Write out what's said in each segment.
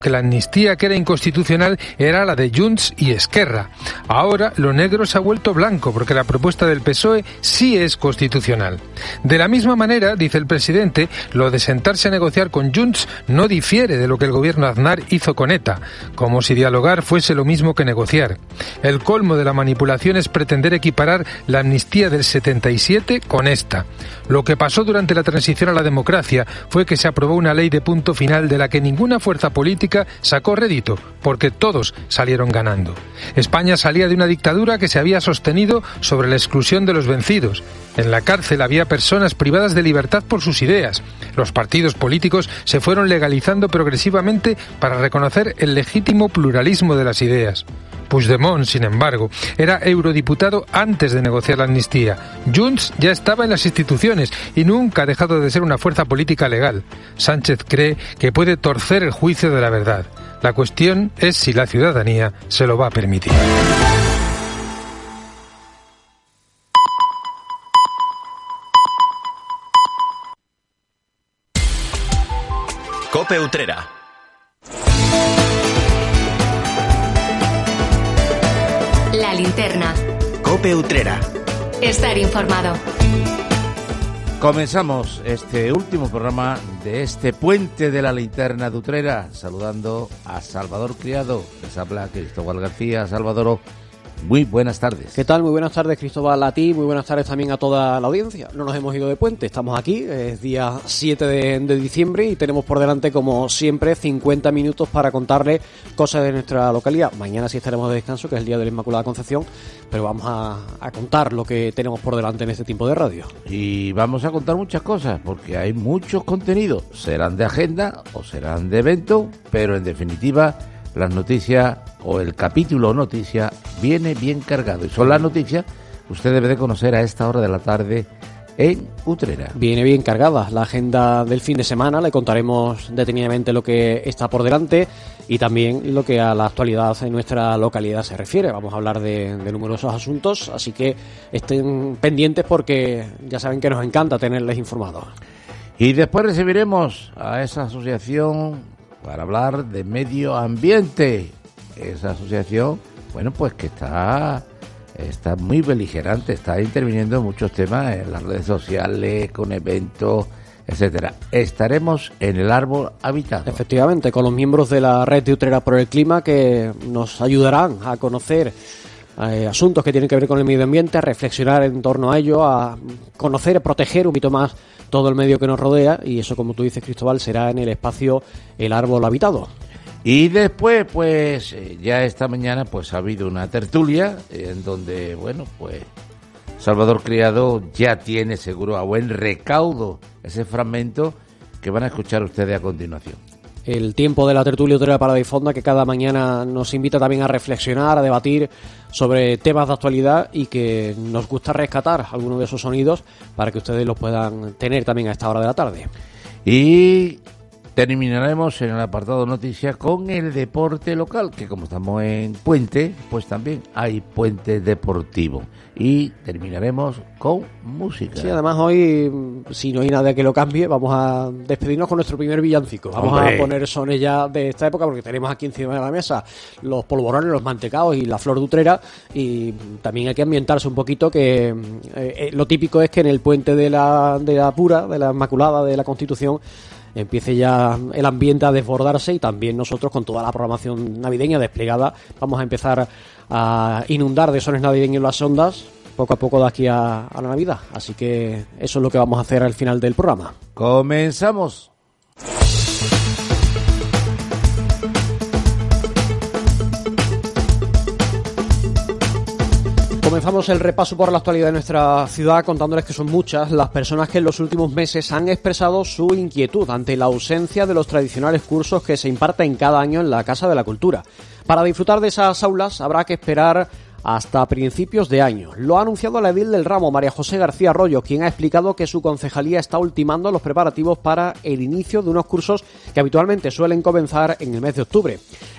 que la amnistía que era inconstitucional era la de Junts y Esquerra. Ahora lo negro se ha vuelto blanco porque la propuesta del PSOE sí es constitucional. De la misma manera, dice el presidente, lo de sentarse a negociar con Junts no difiere de lo que el gobierno Aznar hizo con ETA, como si dialogar fuese lo mismo que negociar. El colmo de la manipulación es pretender equiparar la amnistía del 77 con esta. Lo que pasó durante la transición a la democracia fue que se aprobó una ley de punto final de la que ninguna fuerza política sacó rédito, porque todos salieron ganando. España salía de una dictadura que se había sostenido sobre la exclusión de los vencidos. En la cárcel había personas privadas de libertad por sus ideas. Los partidos políticos se fueron legalizando progresivamente para reconocer el legítimo pluralismo de las ideas. Puigdemont, sin embargo, era eurodiputado antes de negociar la amnistía. Junts ya estaba en las instituciones y nunca ha dejado de ser una fuerza política legal. Sánchez cree que puede torcer el juicio de la verdad. La cuestión es si la ciudadanía se lo va a permitir. COPE Utrera. La linterna. COPE Utrera. Estar informado. Comenzamos este último programa de este puente de la linterna de Utrera, saludando a Salvador Criado. Les habla Cristóbal García. Salvador, muy buenas tardes. ¿Qué tal? Muy buenas tardes, Cristóbal, a ti. Muy buenas tardes también a toda la audiencia. No nos hemos ido de puente, estamos aquí, es día 7 de diciembre y tenemos por delante, como siempre, 50 minutos para contarle cosas de nuestra localidad. Mañana sí estaremos de descanso, que es el Día de la Inmaculada Concepción, pero vamos a contar lo que tenemos por delante en este tiempo de radio. Y vamos a contar muchas cosas, porque hay muchos contenidos. Serán de agenda o serán de evento, pero en definitiva las noticias o el capítulo noticia viene bien cargado. Y son las noticias que usted debe de conocer a esta hora de la tarde en Utrera. Viene bien cargada la agenda del fin de semana. Le contaremos detenidamente lo que está por delante y también lo que a la actualidad en nuestra localidad se refiere. Vamos a hablar de numerosos asuntos, así que estén pendientes porque ya saben que nos encanta tenerles informados. Y después recibiremos a esa asociación para hablar de medio ambiente. Esa asociación, bueno, pues que está muy beligerante, está interviniendo en muchos temas, en las redes sociales, con eventos, etcétera. Estaremos en el árbol habitado. Efectivamente, con los miembros de la Red de Utrera por el Clima, que nos ayudarán a conocer asuntos que tienen que ver con el medio ambiente, a reflexionar en torno a ello, a conocer, a proteger un poquito más todo el medio que nos rodea, y eso, como tú dices, Cristóbal, será en el espacio El Árbol Habitado. Y después, pues, ya esta mañana, pues ha habido una tertulia en donde, bueno, pues Salvador Criado ya tiene seguro a buen recaudo ese fragmento que van a escuchar ustedes a continuación. El tiempo de la tertulia Utrera Parada y Fonda, que cada mañana nos invita también a reflexionar, a debatir sobre temas de actualidad y que nos gusta rescatar algunos de esos sonidos para que ustedes los puedan tener también a esta hora de la tarde. Y terminaremos en el apartado noticias con el deporte local, que como estamos en puente, pues también hay puente deportivo. Y terminaremos con música. Sí, además hoy, si no hay nada que lo cambie, vamos a despedirnos con nuestro primer villancico. Vamos a poner sones ya de esta época, porque tenemos aquí encima de la mesa los polvorones, los mantecaos y la flor de Utrera, y también hay que ambientarse un poquito, que lo típico es que en el puente de la Pura, de la Inmaculada, de la Constitución, empiece ya el ambiente a desbordarse, y también nosotros, con toda la programación navideña desplegada, vamos a empezar a inundar de sones navideños las ondas poco a poco de aquí a la Navidad. Así que eso es lo que vamos a hacer al final del programa. ¡Comenzamos! Comenzamos el repaso por la actualidad de nuestra ciudad contándoles que son muchas las personas que en los últimos meses han expresado su inquietud ante la ausencia de los tradicionales cursos que se imparten cada año en la Casa de la Cultura. Para disfrutar de esas aulas habrá que esperar hasta principios de año. Lo ha anunciado la edil del ramo, María José García Arroyo, quien ha explicado que su concejalía está ultimando los preparativos para el inicio de unos cursos que habitualmente suelen comenzar en el mes de octubre.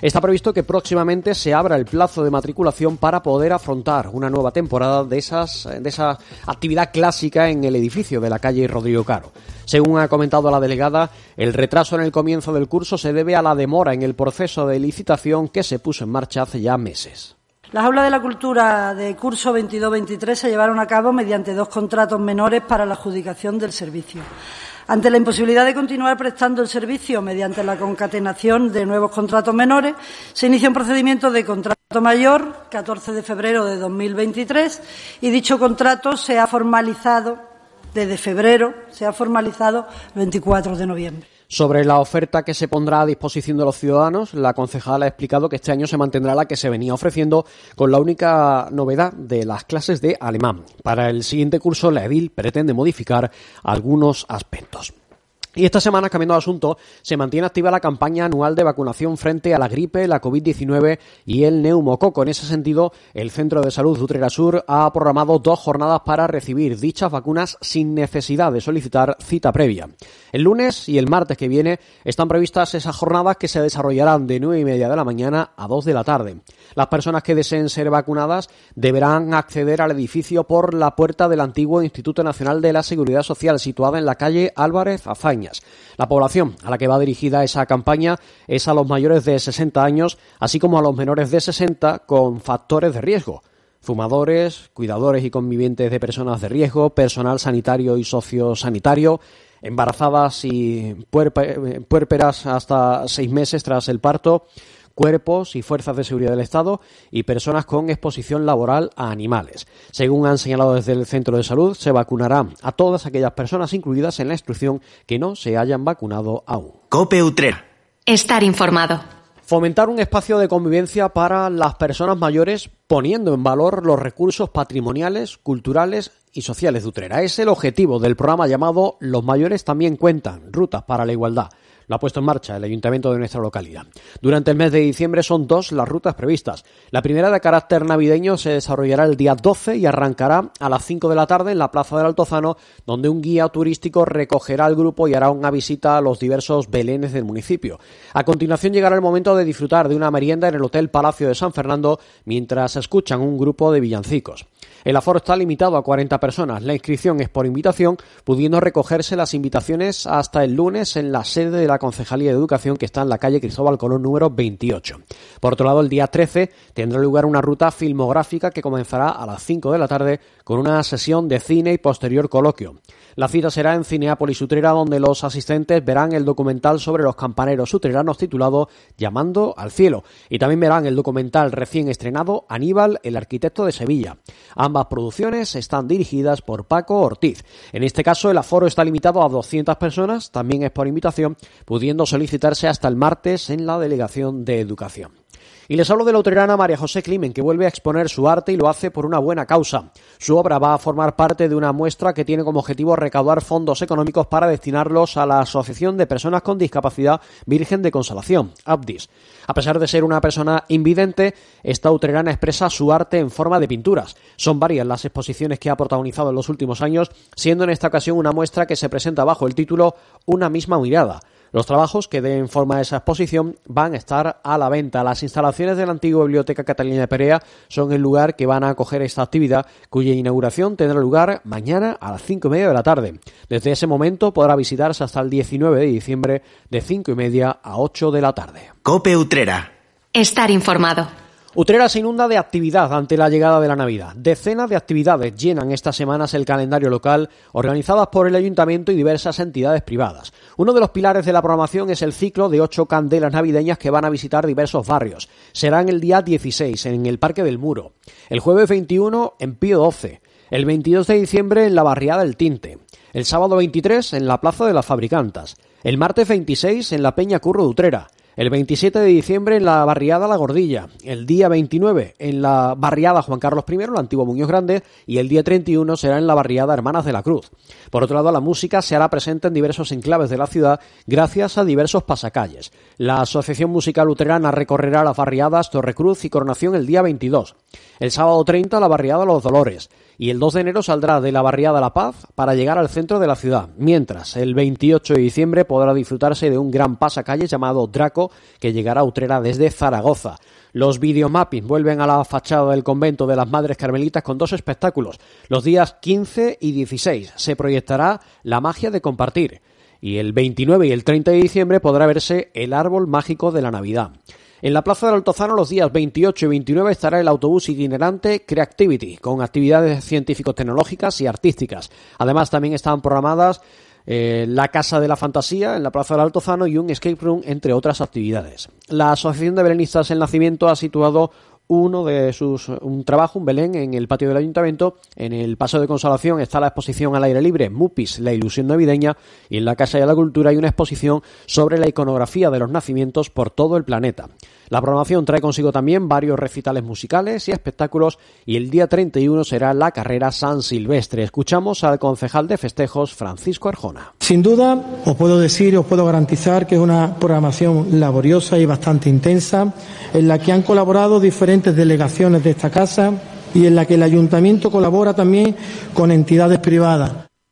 Está previsto que próximamente se abra el plazo de matriculación para poder afrontar una nueva temporada de esa actividad clásica en el edificio de la calle Rodrigo Caro. Según ha comentado la delegada, el retraso en el comienzo del curso se debe a la demora en el proceso de licitación que se puso en marcha hace ya meses. Las aulas de la cultura de curso 22-23 se llevaron a cabo mediante 2 contratos menores para la adjudicación del servicio. Ante la imposibilidad de continuar prestando el servicio mediante la concatenación de nuevos contratos menores, se inició un procedimiento de contrato mayor, 14 de febrero de 2023, y dicho contrato se ha formalizado desde febrero, se ha formalizado el 24 de noviembre. Sobre la oferta que se pondrá a disposición de los ciudadanos, la concejala ha explicado que este año se mantendrá la que se venía ofreciendo, con la única novedad de las clases de alemán. Para el siguiente curso, la edil pretende modificar algunos aspectos. Y esta semana, cambiando de asunto, se mantiene activa la campaña anual de vacunación frente a la gripe, la COVID-19 y el neumococo. En ese sentido, el Centro de Salud de Utrera Sur ha programado 2 jornadas para recibir dichas vacunas sin necesidad de solicitar cita previa. El lunes y el martes que viene están previstas esas jornadas que se desarrollarán de 9:30 de la mañana a 2 de la tarde. Las personas que deseen ser vacunadas deberán acceder al edificio por la puerta del antiguo Instituto Nacional de la Seguridad Social, situada en la calle Álvarez Azañas. La población a la que va dirigida esa campaña es a los mayores de 60 años, así como a los menores de 60 con factores de riesgo: fumadores, cuidadores y convivientes de personas de riesgo, personal sanitario y sociosanitario, embarazadas y puérperas hasta 6 meses tras el parto, cuerpos y fuerzas de seguridad del Estado y personas con exposición laboral a animales. Según han señalado desde el Centro de Salud, se vacunará a todas aquellas personas incluidas en la instrucción que no se hayan vacunado aún. COPE Utrera. Estar informado. Fomentar un espacio de convivencia para las personas mayores, poniendo en valor los recursos patrimoniales, culturales y sociales de Utrera. Es el objetivo del programa llamado Los Mayores También Cuentan, Rutas para la Igualdad. Lo ha puesto en marcha el ayuntamiento de nuestra localidad. Durante el mes de diciembre son 2 las rutas previstas. La primera, de carácter navideño, se desarrollará el día 12 y arrancará a las 5 de la tarde en la Plaza del Altozano, donde un guía turístico recogerá al grupo y hará una visita a los diversos belenes del municipio. A continuación llegará el momento de disfrutar de una merienda en el Hotel Palacio de San Fernando mientras escuchan un grupo de villancicos. El aforo está limitado a 40 personas. La inscripción es por invitación, pudiendo recogerse las invitaciones hasta el lunes en la sede de la Concejalía de Educación, que está en la calle Cristóbal Colón número 28. Por otro lado, el día 13 tendrá lugar una ruta filmográfica que comenzará a las 5 de la tarde con una sesión de cine y posterior coloquio. La cita será en Cineápolis Utrera, donde los asistentes verán el documental sobre los campaneros utreranos titulado Llamando al Cielo, y también verán el documental recién estrenado Aníbal, el arquitecto de Sevilla. Ambas producciones están dirigidas por Paco Ortiz. En este caso, el aforo está limitado a 200 personas, también es por invitación, pudiendo solicitarse hasta el martes en la Delegación de Educación. Y les hablo de la utrerana María José Climen, que vuelve a exponer su arte y lo hace por una buena causa. Su obra va a formar parte de una muestra que tiene como objetivo recaudar fondos económicos para destinarlos a la Asociación de Personas con Discapacidad Virgen de Consolación, APDIS. A pesar de ser una persona invidente, esta utrerana expresa su arte en forma de pinturas. Son varias las exposiciones que ha protagonizado en los últimos años, siendo en esta ocasión una muestra que se presenta bajo el título Una misma mirada. Los trabajos que den forma a esa exposición van a estar a la venta. Las instalaciones de la antigua Biblioteca Catalina de Perea son el lugar que van a acoger esta actividad, cuya inauguración tendrá lugar mañana a las 5:30 de la tarde. Desde ese momento podrá visitarse hasta el 19 de diciembre de 5:30 a 8 de la tarde. COPE Utrera. Estar informado. Utrera se inunda de actividad ante la llegada de la Navidad. Decenas de actividades llenan estas semanas el calendario local, organizadas por el Ayuntamiento y diversas entidades privadas. Uno de los pilares de la programación es el ciclo de 8 candelas navideñas que van a visitar diversos barrios. Serán el día 16 en el Parque del Muro, el jueves 21 en Pío XII, el 22 de diciembre en la Barriada del Tinte, el sábado 23 en la Plaza de las Fabricantas, el martes 26 en la Peña Curro de Utrera, el 27 de diciembre en la barriada La Gordilla, el día 29 en la barriada Juan Carlos I, la antigua Muñoz Grande, y el día 31 será en la barriada Hermanas de la Cruz. Por otro lado, la música se hará presente en diversos enclaves de la ciudad gracias a diversos pasacalles. La Asociación Musical Utrerana recorrerá las barriadas Torrecruz y Coronación el día 22. El sábado 30 la barriada Los Dolores. y el 2 de enero saldrá de la barriada La Paz para llegar al centro de la ciudad, mientras el 28 de diciembre podrá disfrutarse de un gran pasacalles llamado Draco que llegará a Utrera desde Zaragoza. Los videomapping vuelven a la fachada del convento de las Madres Carmelitas con 2 espectáculos. Los días 15 y 16 se proyectará La magia de compartir y el 29 y el 30 de diciembre podrá verse El árbol mágico de la Navidad. En la Plaza del Altozano los días 28 y 29 estará el autobús itinerante Creativity con actividades científico-tecnológicas y artísticas. Además también están programadas la Casa de la Fantasía en la Plaza del Altozano y un escape room, entre otras actividades. La Asociación de Belenistas El Nacimiento ha situado un trabajo, un Belén, en el patio del Ayuntamiento. En el Paseo de Consolación está la exposición al aire libre Mupis, la ilusión navideña, y en la Casa de la Cultura hay una exposición sobre la iconografía de los nacimientos por todo el planeta. La programación trae consigo también varios recitales musicales y espectáculos, y el día 31 será la carrera San Silvestre. Escuchamos al concejal de festejos, Francisco Arjona. Sin duda, os puedo decir, os puedo garantizar que es una programación laboriosa y bastante intensa, en la que han colaborado diferentes delegaciones de esta casa y en la que el Ayuntamiento colabora también con entidades privadas.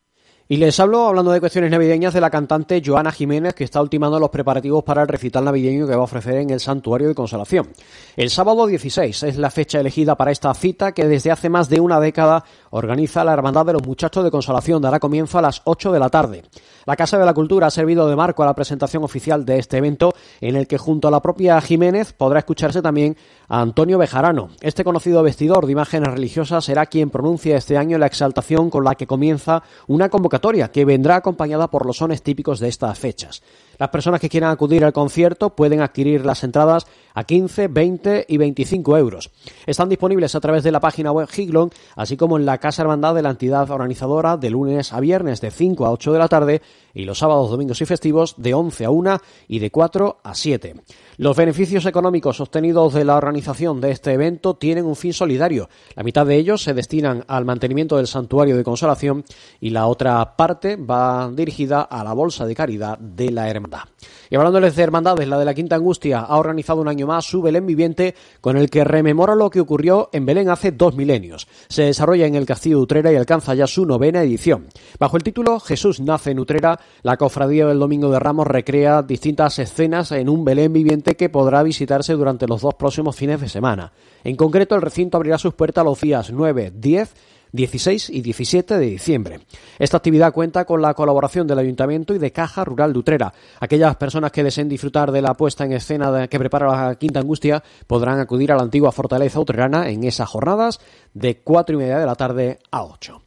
Y les hablo, hablando de cuestiones navideñas, de la cantante Joana Jiménez, que está ultimando los preparativos para el recital navideño que va a ofrecer en el Santuario de Consolación. El sábado 16 es la fecha elegida para esta cita que desde hace más de una década organiza la Hermandad de los Muchachos de Consolación. Dará comienzo a las 8 de la tarde. La Casa de la Cultura ha servido de marco a la presentación oficial de este evento, en el que junto a la propia Jiménez podrá escucharse también a Antonio Bejarano. Este conocido vestidor de imágenes religiosas será quien pronuncia este año la exaltación con la que comienza una convocatoria que vendrá acompañada por los sones típicos de estas fechas. Las personas que quieran acudir al concierto pueden adquirir las entradas a 15, 20 y 25 euros. Están disponibles a través de la página web Giglon, así como en la Casa Hermandad de la entidad organizadora, de lunes a viernes de 5 a 8 de la tarde y los sábados, domingos y festivos de 11 a 1 y de 4 a 7. Los beneficios económicos obtenidos de la organización de este evento tienen un fin solidario. La mitad de ellos se destinan al mantenimiento del Santuario de Consolación y la otra parte va dirigida a la Bolsa de Caridad de la Hermandad. Y hablándoles de hermandades, la de la Quinta Angustia ha organizado un año más su Belén viviente, con el que rememora lo que ocurrió en Belén hace 2 milenios. Se desarrolla en el Castillo de Utrera y alcanza ya su 9ª edición. Bajo el título Jesús nace en Utrera, la Cofradía del Domingo de Ramos recrea distintas escenas en un Belén viviente que podrá visitarse durante los 2 próximos fines de semana. En concreto, el recinto abrirá sus puertas los días 9, 10, 16 y 17 de diciembre. Esta actividad cuenta con la colaboración del Ayuntamiento y de Caja Rural de Utrera. Aquellas personas que deseen disfrutar de la puesta en escena que prepara la Quinta Angustia podrán acudir a la antigua fortaleza utrerana en esas jornadas de 4:30 de la tarde a 8.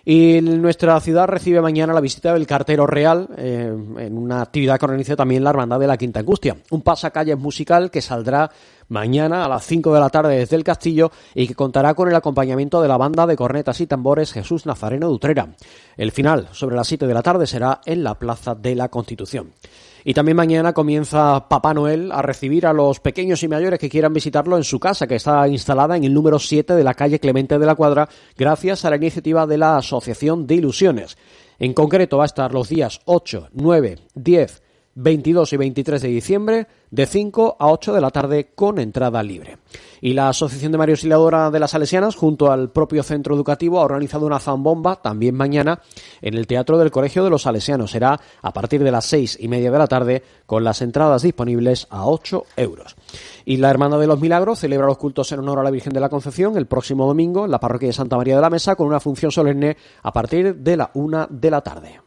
Y nuestra ciudad recibe mañana la visita del Cartero Real en una actividad que organiza también la Hermandad de la Quinta Angustia. Un pasacalles musical que saldrá mañana a las 5 de la tarde desde el Castillo y que contará con el acompañamiento de la banda de cornetas y tambores Jesús Nazareno de Utrera. El final, sobre las 7 de la tarde, será en la Plaza de la Constitución. Y también mañana comienza Papá Noel a recibir a los pequeños y mayores que quieran visitarlo en su casa, que está instalada en el número 7 de la calle Clemente de la Cuadra, gracias a la iniciativa de la Asociación de Ilusiones. En concreto va a estar los días 8, 9, 10, 22 y 23 de diciembre de 5 a 8 de la tarde con entrada libre. Y la Asociación de María Auxiliadora de las Salesianas, junto al propio centro educativo, ha organizado una zambomba también mañana en el Teatro del Colegio de los Salesianos. Será a partir de las 6:30 de la tarde, con las entradas disponibles a 8 euros. Y la Hermandad de los Milagros celebra los cultos en honor a la Virgen de la Concepción el próximo domingo en la parroquia de Santa María de la Mesa, con una función solemne a partir de la 1 de la tarde.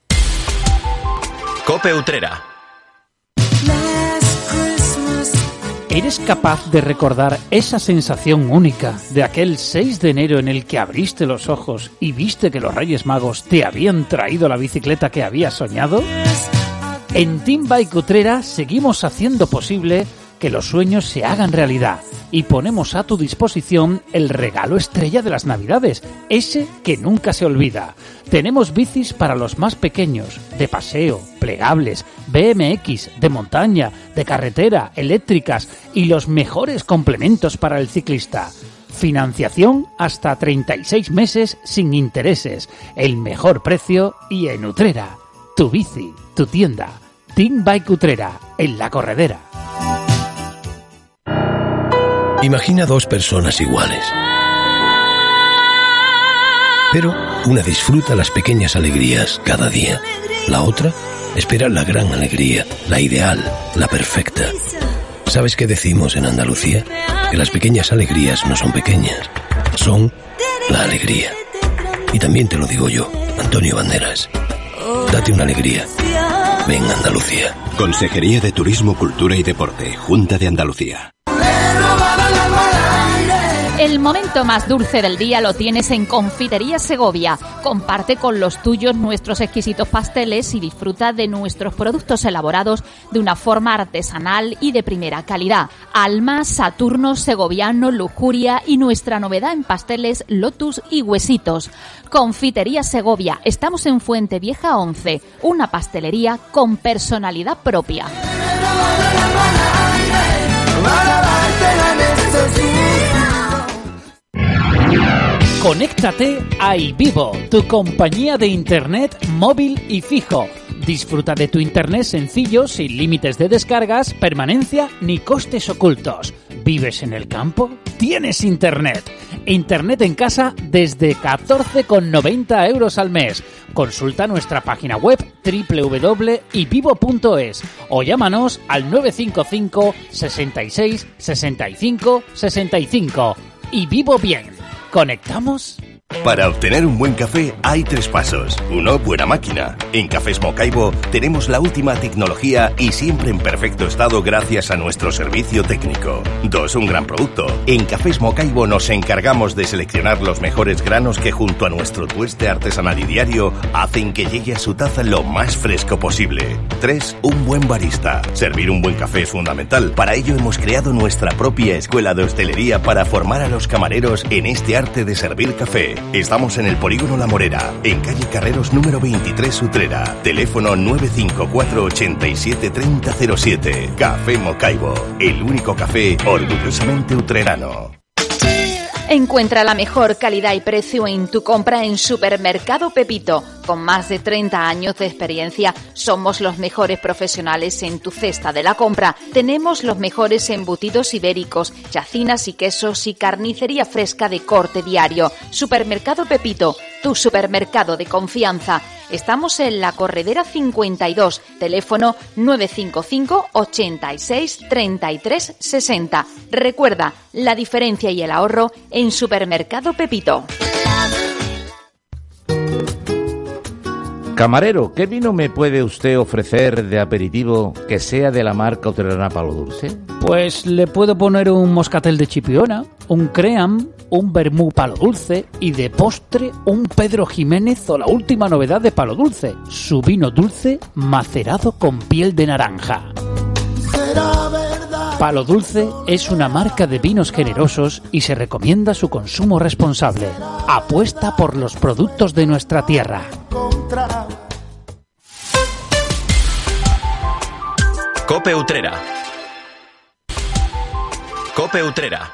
COPE Utrera. ¿Eres capaz de recordar esa sensación única de aquel 6 de enero en el que abriste los ojos y viste que los Reyes Magos te habían traído la bicicleta que habías soñado? En Team Bike Utrera seguimos haciendo posible que los sueños se hagan realidad y ponemos a tu disposición el regalo estrella de las Navidades, ese que nunca se olvida. Tenemos bicis para los más pequeños, de paseo, plegables, BMX, de montaña, de carretera, eléctricas y los mejores complementos para el ciclista. Financiación hasta 36 meses sin intereses, el mejor precio y en Utrera. Tu bici, tu tienda. Team Bike Utrera, en La Corredera. Imagina 2 personas iguales, Pero una disfruta las pequeñas alegrías cada día. La otra espera la gran alegría, la ideal, la perfecta. ¿Sabes qué decimos en Andalucía? Que las pequeñas alegrías no son pequeñas, son la alegría. Y también te lo digo yo, Antonio Banderas. Date una alegría. Ven Andalucía. Consejería de Turismo, Cultura y Deporte, Junta de Andalucía. El momento más dulce del día lo tienes en Confitería Segovia. Comparte con los tuyos nuestros exquisitos pasteles y disfruta de nuestros productos elaborados de una forma artesanal y de primera calidad. Alma, Saturno, Segoviano, Lujuria y nuestra novedad en pasteles, Lotus y Huesitos. Confitería Segovia. Estamos en Fuente Vieja 11, una pastelería con personalidad propia. Conéctate a iVivo, tu compañía de internet móvil y fijo. Disfruta de tu internet sencillo, sin límites de descargas, permanencia ni costes ocultos. ¿Vives en el campo? ¡Tienes internet! Internet en casa desde 14,90 € al mes. Consulta nuestra página web www.ivivo.es o llámanos al 955 66 65 65. Y vivo bien. ¿Conectamos? Para obtener un buen café hay 3 pasos. 1. Buena máquina. En Cafés Mocaibo tenemos la última tecnología y siempre en perfecto estado gracias a nuestro servicio técnico. 2. Un gran producto. En Cafés Mocaibo nos encargamos de seleccionar los mejores granos que junto a nuestro tueste artesanal y diario hacen que llegue a su taza lo más fresco posible. 3. Un buen barista. Servir un buen café es fundamental. Para ello hemos creado nuestra propia escuela de hostelería para formar a los camareros en este arte de servir café. Estamos en el Polígono La Morera, en calle Carreros número 23 Utrera. Teléfono 954 87 3007. Café Mocaibo, el único café orgullosamente utrerano. Encuentra la mejor calidad y precio en tu compra en Supermercado Pepito. Con más de 30 años de experiencia, somos los mejores profesionales en tu cesta de la compra. Tenemos los mejores embutidos ibéricos, chacinas y quesos y carnicería fresca de corte diario. Supermercado Pepito, tu supermercado de confianza. Estamos en la Corredera 52, teléfono 955 86 33 60. Recuerda, la diferencia y el ahorro en Supermercado Pepito. Camarero, ¿qué vino me puede usted ofrecer de aperitivo que sea de la marca utrerana Palo Dulce? Pues le puedo poner un moscatel de Chipiona, un cream, un vermú Palo Dulce y de postre un Pedro Jiménez o la última novedad de Palo Dulce, su vino dulce macerado con piel de naranja. Palo Dulce es una marca de vinos generosos y se recomienda su consumo responsable. Apuesta por los productos de nuestra tierra. Cope Utrera. Cope Utrera.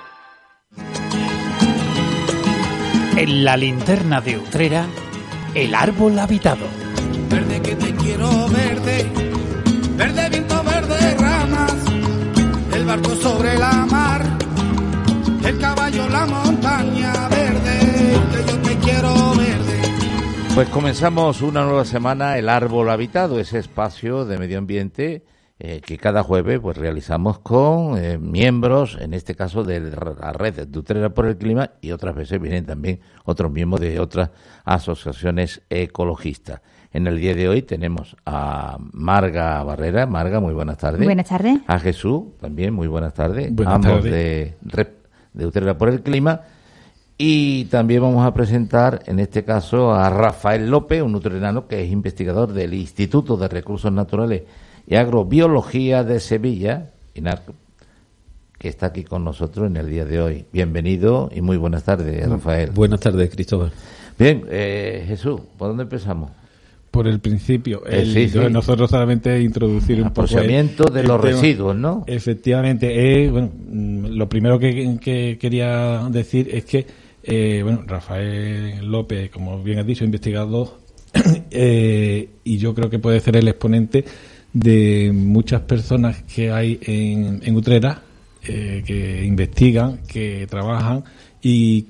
En la linterna de Utrera, el árbol habitado. Verde que te quiero verde, verde viento, verde ramas, el barco sobre la mar, el caballo, la montaña verde, que yo te quiero verde. Pues comenzamos una nueva semana, el árbol habitado, ese espacio de medio ambiente que cada jueves pues realizamos con miembros, en este caso de la red de Utrera por el Clima, y otras veces vienen también otros miembros de otras asociaciones ecologistas. En el día de hoy tenemos a Marga Barrera. Marga, muy buenas tardes. Buenas tardes. A Jesús, también muy buenas tardes. Buenas ambos tardes. de Utrera por el Clima. Y también vamos a presentar, en este caso, a Rafael López, un utrerano que es investigador del Instituto de Recursos Naturales y Agrobiología de Sevilla, INARC, que está aquí con nosotros en el día de hoy. Bienvenido y muy buenas tardes, Rafael. Buenas tardes, Cristóbal. Bien, Jesús, ¿por dónde empezamos? Por el principio. Sí. Nosotros solamente introducir un poco procesamiento de los tema. Residuos, ¿no? Efectivamente. Lo primero que quería decir es que Rafael López, como bien has dicho, investigador, y yo creo que puede ser el exponente de muchas personas que hay en Utrera, que investigan, que trabajan y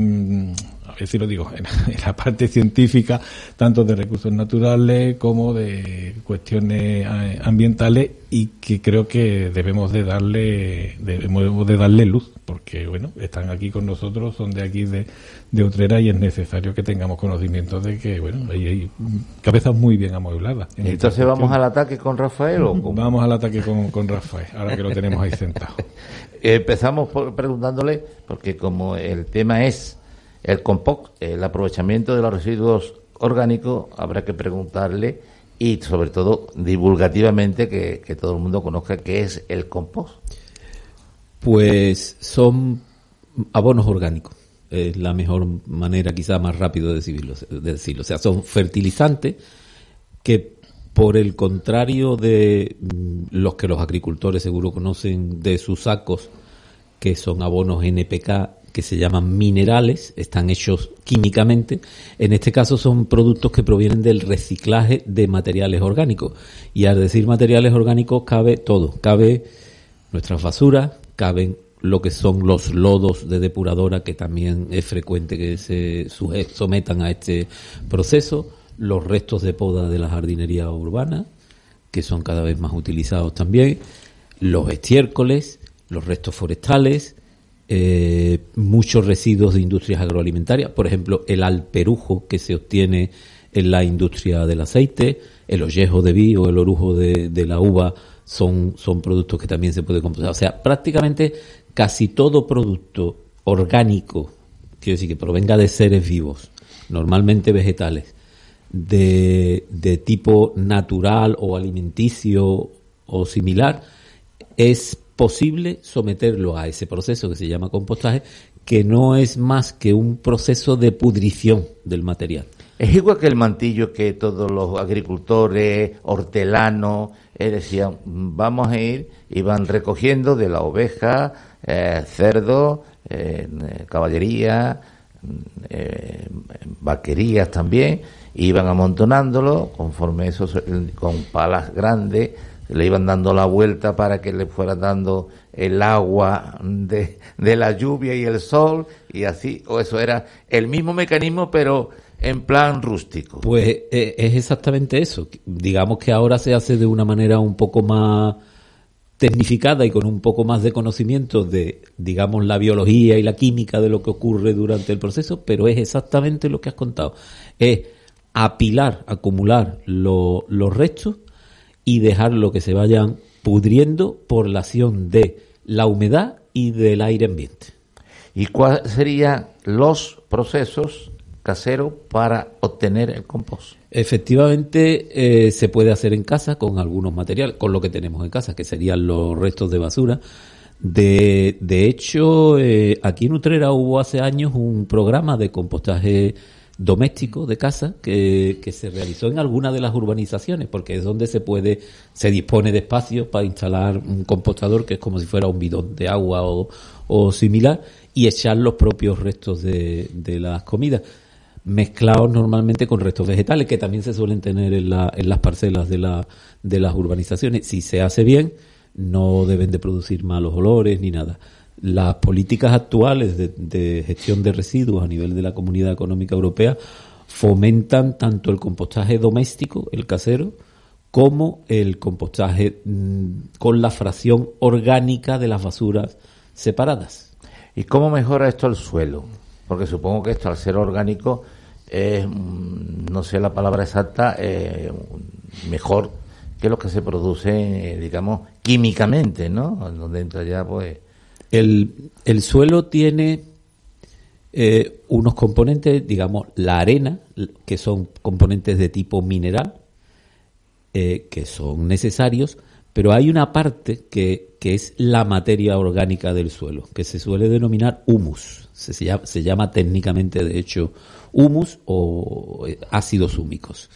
a ver si lo digo, en la parte científica, tanto de recursos naturales como de cuestiones ambientales, y que creo que debemos de darle luz, porque bueno, están aquí con nosotros, son de aquí de Utrera, y es necesario que tengamos conocimiento de que bueno, hay cabezas muy bien amuebladas. Entonces vamos al ataque con Rafael, ¿o cómo? Vamos al ataque con Rafael, ahora que lo tenemos ahí sentado. Empezamos preguntándole, porque como el tema es el compost, el aprovechamiento de los residuos orgánicos, habrá que preguntarle, y sobre todo divulgativamente, que todo el mundo conozca qué es el compost. Pues son abonos orgánicos, es la mejor manera, quizá más rápido de decirlo. O sea, son fertilizantes que, por el contrario de los que los agricultores seguro conocen de sus sacos, que son abonos NPK, que se llaman minerales, están hechos químicamente. En este caso son productos que provienen del reciclaje de materiales orgánicos. Y al decir materiales orgánicos cabe todo. Cabe nuestras basuras, caben lo que son los lodos de depuradora, que también es frecuente que se sometan a este proceso, los restos de poda de la jardinería urbana, que son cada vez más utilizados también, los estiércoles, los restos forestales, muchos residuos de industrias agroalimentarias, por ejemplo, el alperujo que se obtiene en la industria del aceite, el ollejo de vid o el orujo de la uva son productos que también se puede compostar. O sea, prácticamente casi todo producto orgánico, quiero decir que provenga de seres vivos, normalmente vegetales, de tipo natural o alimenticio o similar, es posible someterlo a ese proceso que se llama compostaje, que no es más que un proceso de pudrición del material. Es igual que el mantillo que todos los agricultores, hortelanos, decían, vamos a ir, y van recogiendo de la oveja, cerdo, caballería, vaquerías también, iban amontonándolo conforme eso, con palas grandes, le iban dando la vuelta para que le fueran dando el agua de la lluvia y el sol, y así, o eso era el mismo mecanismo, pero en plan rústico. Pues es exactamente eso. Digamos que ahora se hace de una manera un poco más tecnificada y con un poco más de conocimiento de, digamos, la biología y la química de lo que ocurre durante el proceso, pero es exactamente lo que has contado. Es apilar, acumular los restos y dejarlo que se vayan pudriendo por la acción de la humedad y del aire ambiente. ¿Y cuáles serían los procesos caseros para obtener el compost? Efectivamente, se puede hacer en casa con algunos materiales, con lo que tenemos en casa, que serían los restos de basura. De hecho, aquí en Utrera hubo hace años un programa de compostaje doméstico de casa que se realizó en alguna de las urbanizaciones, porque es donde se dispone de espacios para instalar un compostador, que es como si fuera un bidón de agua o similar, y echar los propios restos de las comidas, mezclados normalmente con restos vegetales, que también se suelen tener en las parcelas de las urbanizaciones. Si se hace bien, no deben de producir malos olores ni nada. Las políticas actuales de gestión de residuos a nivel de la Comunidad Económica Europea fomentan tanto el compostaje doméstico, el casero, como el compostaje con la fracción orgánica de las basuras separadas. ¿Y cómo mejora esto el suelo? Porque supongo que esto, al ser orgánico, es, no sé la palabra exacta, mejor que lo que se produce, digamos, químicamente, ¿no? Donde entra ya, pues... El suelo tiene unos componentes, digamos, la arena, que son componentes de tipo mineral, que son necesarios, pero hay una parte que es la materia orgánica del suelo, que se suele denominar humus. Se llama técnicamente, de hecho, humus o ácidos húmicos.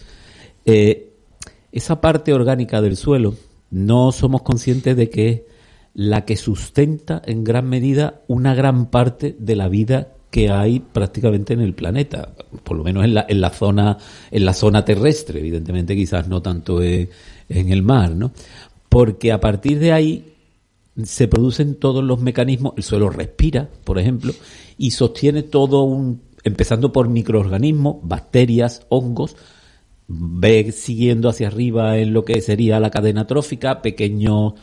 Esa parte orgánica del suelo no somos conscientes de que es la que sustenta en gran medida una gran parte de la vida que hay prácticamente en el planeta, por lo menos en la zona terrestre, evidentemente quizás no tanto en el mar, ¿no? Porque a partir de ahí se producen todos los mecanismos, el suelo respira, por ejemplo, y sostiene empezando por microorganismos, bacterias, hongos, ve siguiendo hacia arriba en lo que sería la cadena trófica, pequeños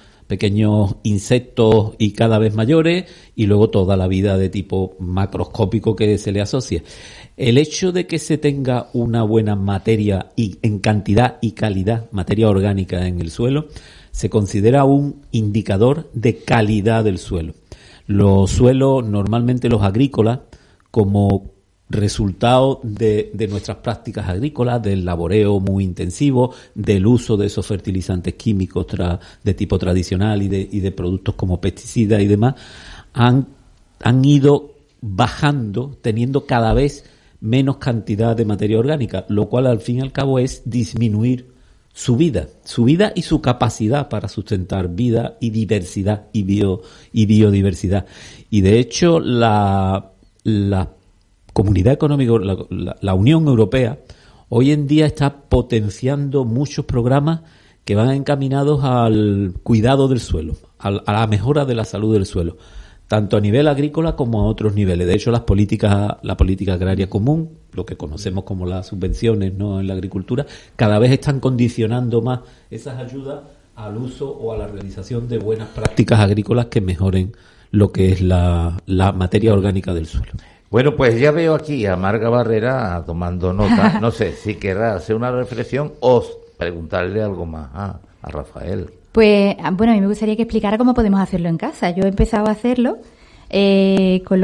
insectos y cada vez mayores, y luego toda la vida de tipo macroscópico que se le asocia. El hecho de que se tenga una buena materia y en cantidad y calidad, materia orgánica en el suelo, se considera un indicador de calidad del suelo. Los suelos, normalmente los agrícolas, como resultado de nuestras prácticas agrícolas, del laboreo muy intensivo, del uso de esos fertilizantes químicos de tipo tradicional y de productos como pesticidas y demás, han ido bajando, teniendo cada vez menos cantidad de materia orgánica, lo cual al fin y al cabo es disminuir su vida y su capacidad para sustentar vida y diversidad y biodiversidad. Y de hecho la Comunidad Económica, la Unión Europea, hoy en día está potenciando muchos programas que van encaminados al cuidado del suelo, a la mejora de la salud del suelo, tanto a nivel agrícola como a otros niveles. De hecho, la política agraria común, lo que conocemos como las subvenciones, ¿no?, en la agricultura, cada vez están condicionando más esas ayudas al uso o a la realización de buenas prácticas agrícolas que mejoren lo que es la materia orgánica del suelo. Bueno, pues ya veo aquí a Marga Barrera tomando nota. No sé si querrá hacer una reflexión o preguntarle algo más a Rafael. Pues, bueno, a mí me gustaría que explicara cómo podemos hacerlo en casa. Yo he empezado a hacerlo con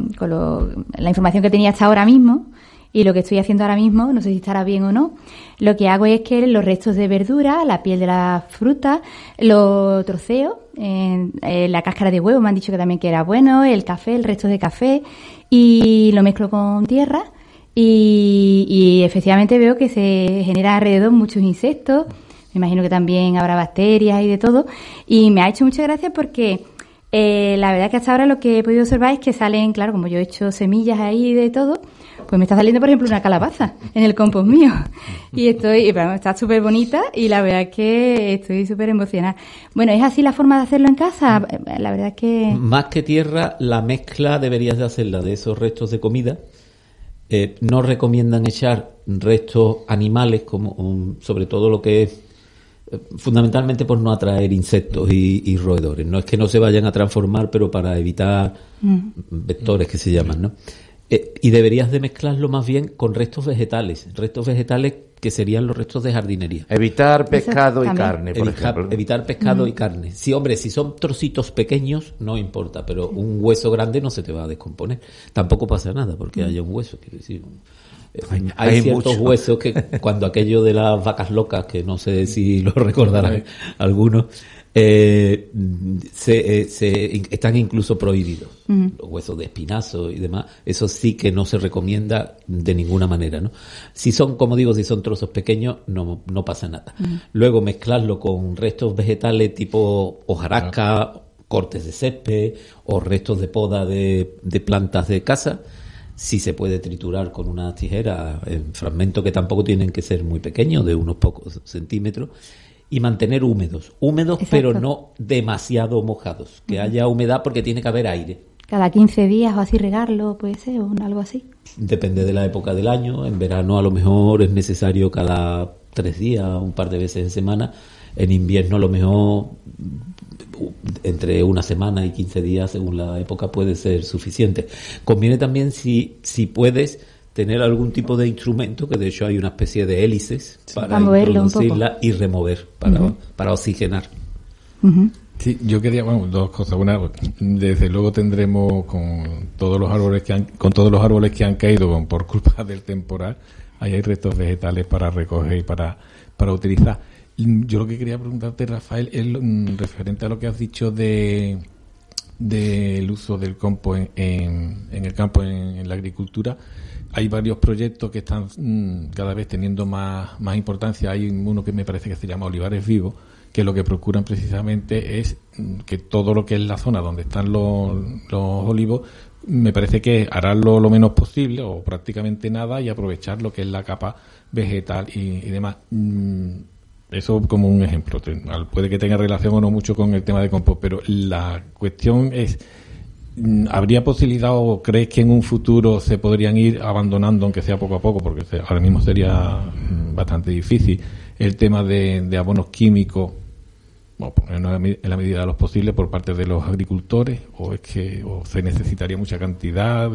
la información que tenía hasta ahora mismo, y lo que estoy haciendo ahora mismo, no sé si estará bien o no, lo que hago es que los restos de verdura, la piel de la fruta, lo troceo, la cáscara de huevo me han dicho que también que era bueno, el café, el resto de café, y lo mezclo con tierra y efectivamente veo que se genera alrededor muchos insectos. Me imagino que también habrá bacterias y de todo. Y me ha hecho mucha gracia porque la verdad que hasta ahora lo que he podido observar es que salen, claro, como yo he hecho semillas ahí de todo, pues me está saliendo, por ejemplo, una calabaza en el compost mío. Y está súper bonita y la verdad es que estoy súper emocionada. Bueno, ¿es así la forma de hacerlo en casa? La verdad es que... Más que tierra, la mezcla deberías de hacerla de esos restos de comida. No recomiendan echar restos animales, como sobre todo lo que es fundamentalmente por no atraer insectos y roedores. No es que no se vayan a transformar, pero para evitar vectores que se llaman, ¿no? Y deberías de mezclarlo más bien con restos vegetales que serían los restos de jardinería. Evitar pescado y carne, por ejemplo. Evitar pescado y carne. Sí, hombre, si son trocitos pequeños, no importa, pero un hueso grande no se te va a descomponer. Tampoco pasa nada porque haya un hueso, quiero decir... Hay ciertos huesos que cuando aquello de las vacas locas, que no sé si lo recordarán algunos, están incluso prohibidos. Los huesos de espinazo y demás, eso sí que no se recomienda de ninguna manera, ¿no? Si son, como digo, si son trozos pequeños, no pasa nada. Luego mezclarlo con restos vegetales tipo hojarasca, cortes de césped o restos de poda de plantas de casa. Si se puede triturar con una tijera en fragmentos que tampoco tienen que ser muy pequeños, de unos pocos centímetros, y mantener húmedos, exacto, pero no demasiado mojados, que haya humedad porque tiene que haber aire. Cada 15 días o así regarlo, puede ser, o algo así. Depende de la época del año. En verano a lo mejor es necesario cada 3 días, un par de veces en semana. En invierno a lo mejor entre una semana y 15 días, según la época, puede ser suficiente. Conviene también, si puedes, tener algún tipo de instrumento, que de hecho hay una especie de hélices para introducirla y remover, para oxigenar. Sí, yo quería, dos cosas. Una, desde luego tendremos con todos los árboles que han caído por culpa del temporal, ahí hay restos vegetales para recoger y para utilizar. Yo lo que quería preguntarte, Rafael, es referente a lo que has dicho del uso del compost en el campo, en la agricultura. Hay varios proyectos que están cada vez teniendo más importancia. Hay uno que me parece que se llama Olivares Vivos, que lo que procuran precisamente es que todo lo que es la zona donde están los olivos, me parece que harán lo menos posible o prácticamente nada y aprovechar lo que es la capa vegetal y demás. Eso como un ejemplo. Puede que tenga relación o no mucho con el tema de compost, pero la cuestión es, ¿habría posibilidad o crees que en un futuro se podrían ir abandonando, aunque sea poco a poco, porque ahora mismo sería bastante difícil, el tema de abonos químicos, ponernos en la medida de lo posible por parte de los agricultores, o se necesitaría mucha cantidad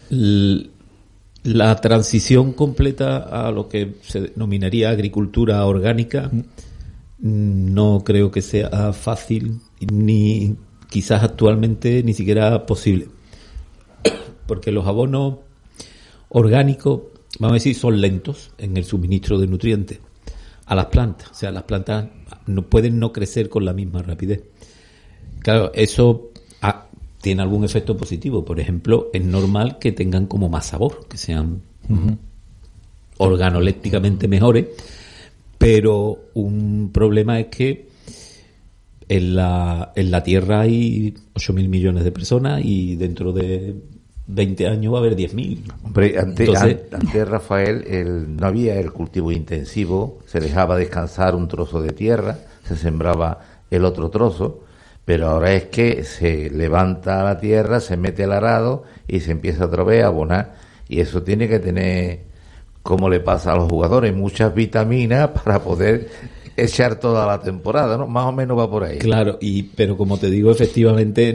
La transición completa a lo que se denominaría agricultura orgánica no creo que sea fácil, ni quizás actualmente ni siquiera posible, porque los abonos orgánicos, vamos a decir, son lentos en el suministro de nutrientes a las plantas. O sea, las plantas no pueden no crecer con la misma rapidez. Claro, eso tiene algún efecto positivo. Por ejemplo, es normal que tengan como más sabor, que sean organolépticamente mejores, pero un problema es que en la Tierra hay 8.000 millones de personas y dentro de 20 años va a haber 10.000. Hombre, antes Rafael, no había el cultivo intensivo, se dejaba descansar un trozo de tierra, se sembraba el otro trozo, pero ahora es que se levanta la tierra, se mete el arado y se empieza otra vez a abonar, y eso tiene que tener, como le pasa a los jugadores, muchas vitaminas para poder echar toda la temporada, ¿no? Más o menos va por ahí. Claro, pero como te digo, efectivamente,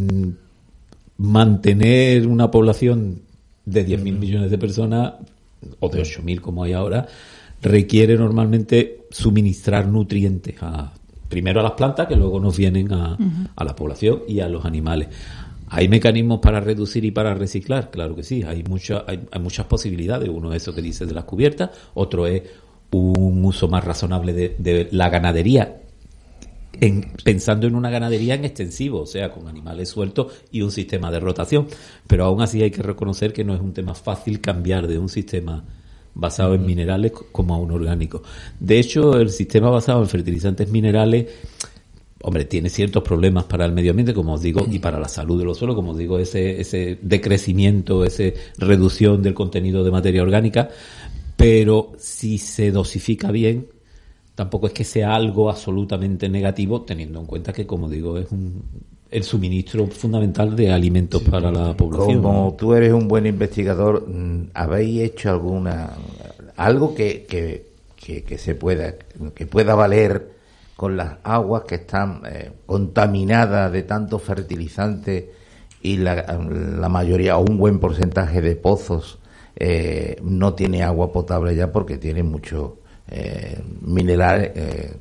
mantener una población de 10.000 millones de personas, o de 8.000 como hay ahora, requiere normalmente suministrar nutrientes primero a las plantas, que luego nos vienen a la población y a los animales. ¿Hay mecanismos para reducir y para reciclar? Claro que sí, hay muchas posibilidades. Uno es eso que dices de las cubiertas, otro es un uso más razonable de la ganadería, pensando en una ganadería en extensivo, o sea, con animales sueltos y un sistema de rotación. Pero aún así hay que reconocer que no es un tema fácil cambiar de un sistema basado en minerales como a un orgánico. De hecho, el sistema basado en fertilizantes minerales, hombre, tiene ciertos problemas para el medio ambiente, como os digo, y para la salud de los suelos, como os digo, ese decrecimiento, esa reducción del contenido de materia orgánica, pero si se dosifica bien, tampoco es que sea algo absolutamente negativo, teniendo en cuenta que, como digo, es el suministro fundamental de alimentos para la población. Como tú eres un buen investigador, ¿habéis hecho algo que se pueda valer con las aguas que están contaminadas de tantos fertilizantes y la mayoría o un buen porcentaje de pozos no tiene agua potable ya porque tiene mucho minerales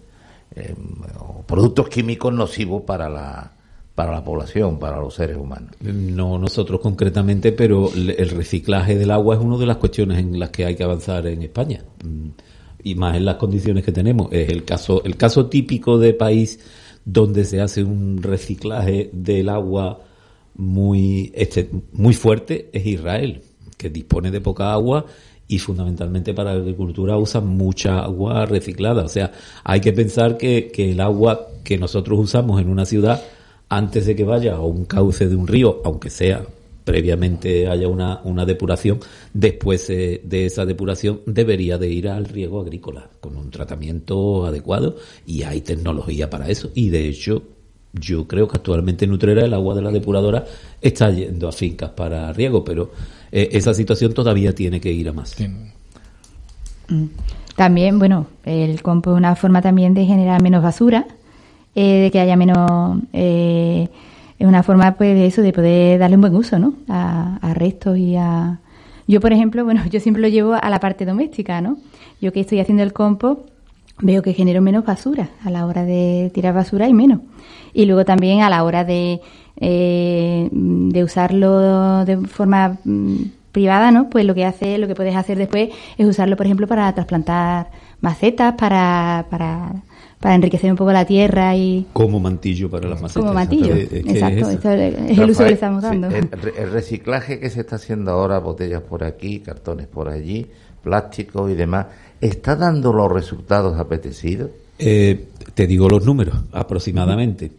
o productos químicos nocivos para la población, para los seres humanos? No nosotros concretamente, pero el reciclaje del agua es una de las cuestiones en las que hay que avanzar en España, y más en las condiciones que tenemos. Es el caso típico de país donde se hace un reciclaje del agua muy fuerte es Israel, que dispone de poca agua y fundamentalmente para la agricultura usan mucha agua reciclada. O sea, hay que pensar que el agua que nosotros usamos en una ciudad, antes de que vaya a un cauce de un río, aunque sea previamente haya una depuración, después de esa depuración debería de ir al riego agrícola con un tratamiento adecuado, y hay tecnología para eso. Y de hecho, yo creo que actualmente en Utrera el agua de la depuradora está yendo a fincas para riego, pero esa situación todavía tiene que ir a más. También, bueno, el compost es una forma también de generar menos basura, de que haya menos... es una forma, pues, de eso, de poder darle un buen uso, ¿no? A restos y a... Yo, por ejemplo, bueno, yo siempre lo llevo a la parte doméstica, ¿no? Yo que estoy haciendo el compost, veo que genero menos basura a la hora de tirar basura, y menos. Y luego también a la hora de usarlo de forma privada, ¿no? Pues lo que puedes hacer después es usarlo, por ejemplo, para trasplantar macetas, para enriquecer un poco la tierra y... Como mantillo para las macetas. Como mantillo, exacto. Esto es el uso que le estamos dando. El reciclaje que se está haciendo ahora, botellas por aquí, cartones por allí, plásticos y demás, ¿está dando los resultados apetecidos? Te digo los números, aproximadamente.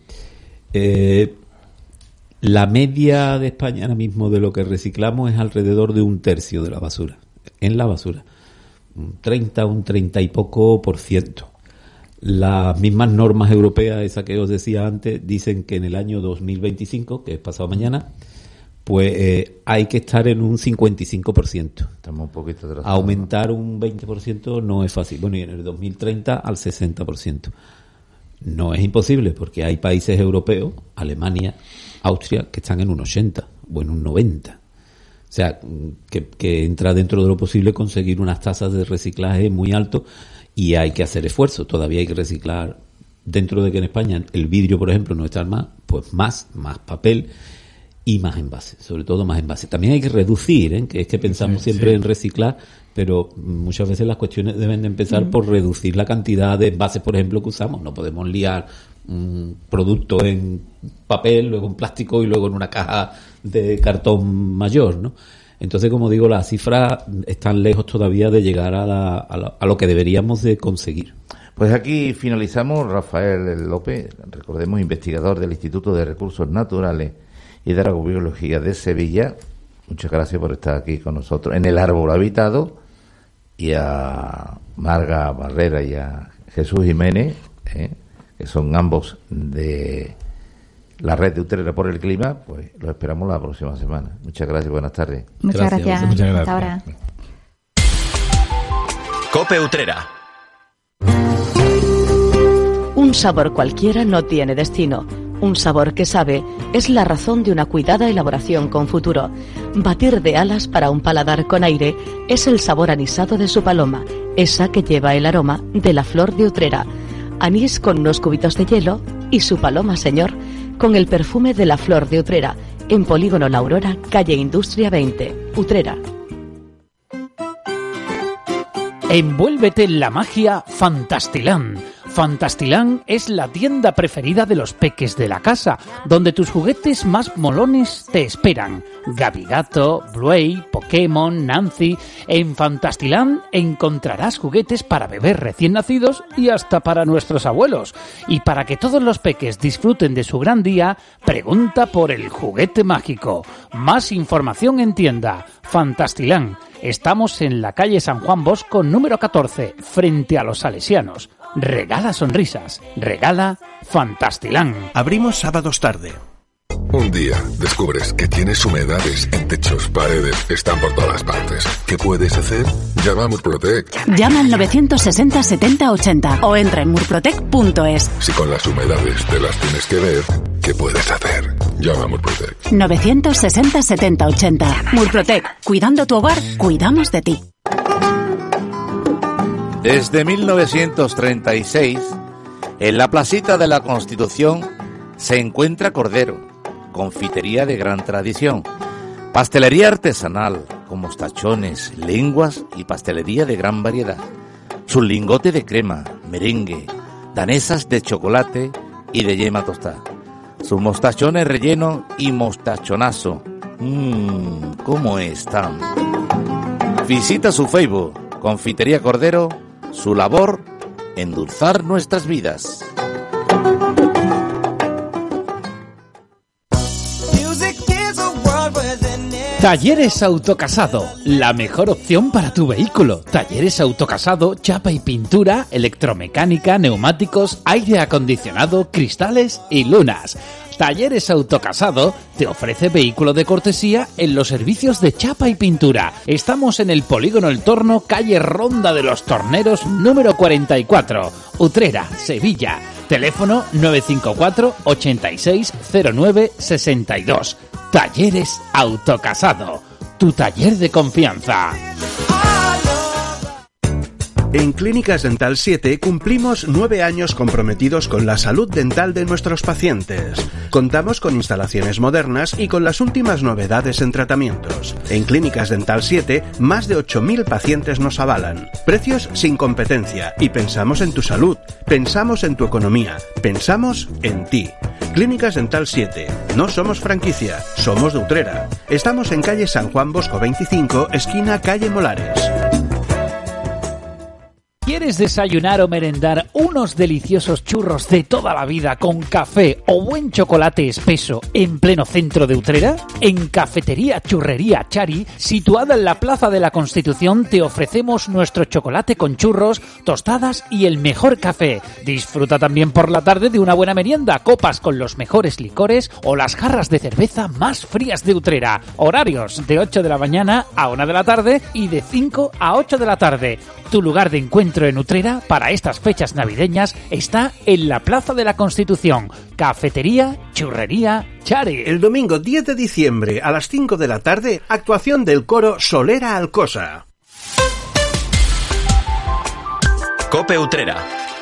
La media de España ahora mismo de lo que reciclamos es alrededor de 1/3 de la basura. En la basura. Un 30 y poco %. Las mismas normas europeas, esa que os decía antes, dicen que en el año 2025, que es pasado mañana, pues hay que estar en un 55%. Estamos un poquito atrasados. Aumentar un 20% no es fácil. Bueno, y en el 2030 al 60%. No es imposible, porque hay países europeos, Alemania, Austria, que están en un 80 o en un 90. O sea, que entra dentro de lo posible conseguir unas tasas de reciclaje muy altas. Y hay que hacer esfuerzo, todavía hay que reciclar, dentro de que en España el vidrio, por ejemplo, no está pues más papel y más envase, sobre todo más envase. También hay que reducir, que es que pensamos siempre en reciclar, pero muchas veces las cuestiones deben de empezar por reducir la cantidad de envases, por ejemplo, que usamos. No podemos liar un producto en papel, luego en plástico y luego en una caja de cartón mayor, ¿no? Entonces, como digo, las cifras están lejos todavía de llegar a lo que deberíamos de conseguir. Pues aquí finalizamos. Rafael López, recordemos, investigador del Instituto de Recursos Naturales y de Agrobiología de Sevilla. Muchas gracias por estar aquí con nosotros en El Árbol Habitado. Y a Marga Barrera y a Jesús Jiménez, que son ambos de la red de Utrera por el Clima, pues los esperamos la próxima semana. Muchas gracias, buenas tardes. Muchas gracias. Muchas gracias. Hasta ahora. Cope Utrera. Un sabor cualquiera no tiene destino. Un sabor que sabe es la razón de una cuidada elaboración con futuro. Batir de alas para un paladar con aire es el sabor anisado de su paloma, esa que lleva el aroma de la flor de Utrera. Anís con unos cubitos de hielo y su paloma, señor, con el perfume de la flor de Utrera, en Polígono La Aurora, calle Industria 20, Utrera. Envuélvete en la magia Fantastilán. Fantastilán es la tienda preferida de los peques de la casa, donde tus juguetes más molones te esperan. Gabigato, Bluey, Pokémon, Nancy. En Fantastilán encontrarás juguetes para bebés recién nacidos y hasta para nuestros abuelos. Y para que todos los peques disfruten de su gran día, pregunta por el juguete mágico. Más información en tienda. Fantastilán. Estamos en la calle San Juan Bosco, número 14, frente a los Salesianos. Regala sonrisas, regala Fantastilán. Abrimos sábados tarde. Un día descubres que tienes humedades en techos, paredes, están por todas partes. ¿Qué puedes hacer? Llama a Murprotec. Llama al 960 70 80 o entra en murprotec.es. Si con las humedades te las tienes que ver, ¿qué puedes hacer? Llama a Murprotec. 960 70 80. Murprotec. Cuidando tu hogar, cuidamos de ti. Desde 1936, en la placita de la Constitución se encuentra Cordero, confitería de gran tradición, pastelería artesanal con mostachones, lenguas y pastelería de gran variedad. Su lingote de crema, merengue, danesas de chocolate y de yema tostada. Sus mostachones relleno y mostachonazo. ¿Cómo están? Visita su Facebook, Confitería Cordero. Su labor, endulzar nuestras vidas. Talleres Autocasado, la mejor opción para tu vehículo. Talleres Autocasado, chapa y pintura, electromecánica, neumáticos, aire acondicionado, cristales y lunas. Talleres Autocasado te ofrece vehículo de cortesía en los servicios de chapa y pintura. Estamos en el Polígono El Torno, calle Ronda de los Torneros, número 44, Utrera, Sevilla. Teléfono 954 86 09 62. Talleres Autocasado, tu taller de confianza. En Clínicas Dental 7 cumplimos 9 años comprometidos con la salud dental de nuestros pacientes. Contamos con instalaciones modernas y con las últimas novedades en tratamientos. En Clínicas Dental 7, más de 8.000 pacientes nos avalan. Precios sin competencia y pensamos en tu salud, pensamos en tu economía, pensamos en ti. Clínicas Dental 7. No somos franquicia, somos de Utrera. Estamos en calle San Juan Bosco 25, esquina calle Molares. ¿Quieres desayunar o merendar unos deliciosos churros de toda la vida con café o buen chocolate espeso en pleno centro de Utrera? En Cafetería Churrería Chari, situada en la Plaza de la Constitución, te ofrecemos nuestro chocolate con churros, tostadas y el mejor café. Disfruta también por la tarde de una buena merienda, copas con los mejores licores o las jarras de cerveza más frías de Utrera. Horarios de 8 de la mañana a 1 de la tarde y de 5 a 8 de la tarde. Tu lugar de encuentro en Utrera para estas fechas navideñas está en la Plaza de la Constitución. Cafetería Churrería Chari. El domingo 10 de diciembre a las 5 de la tarde, actuación del coro Solera Alcosa. Cope Utrera.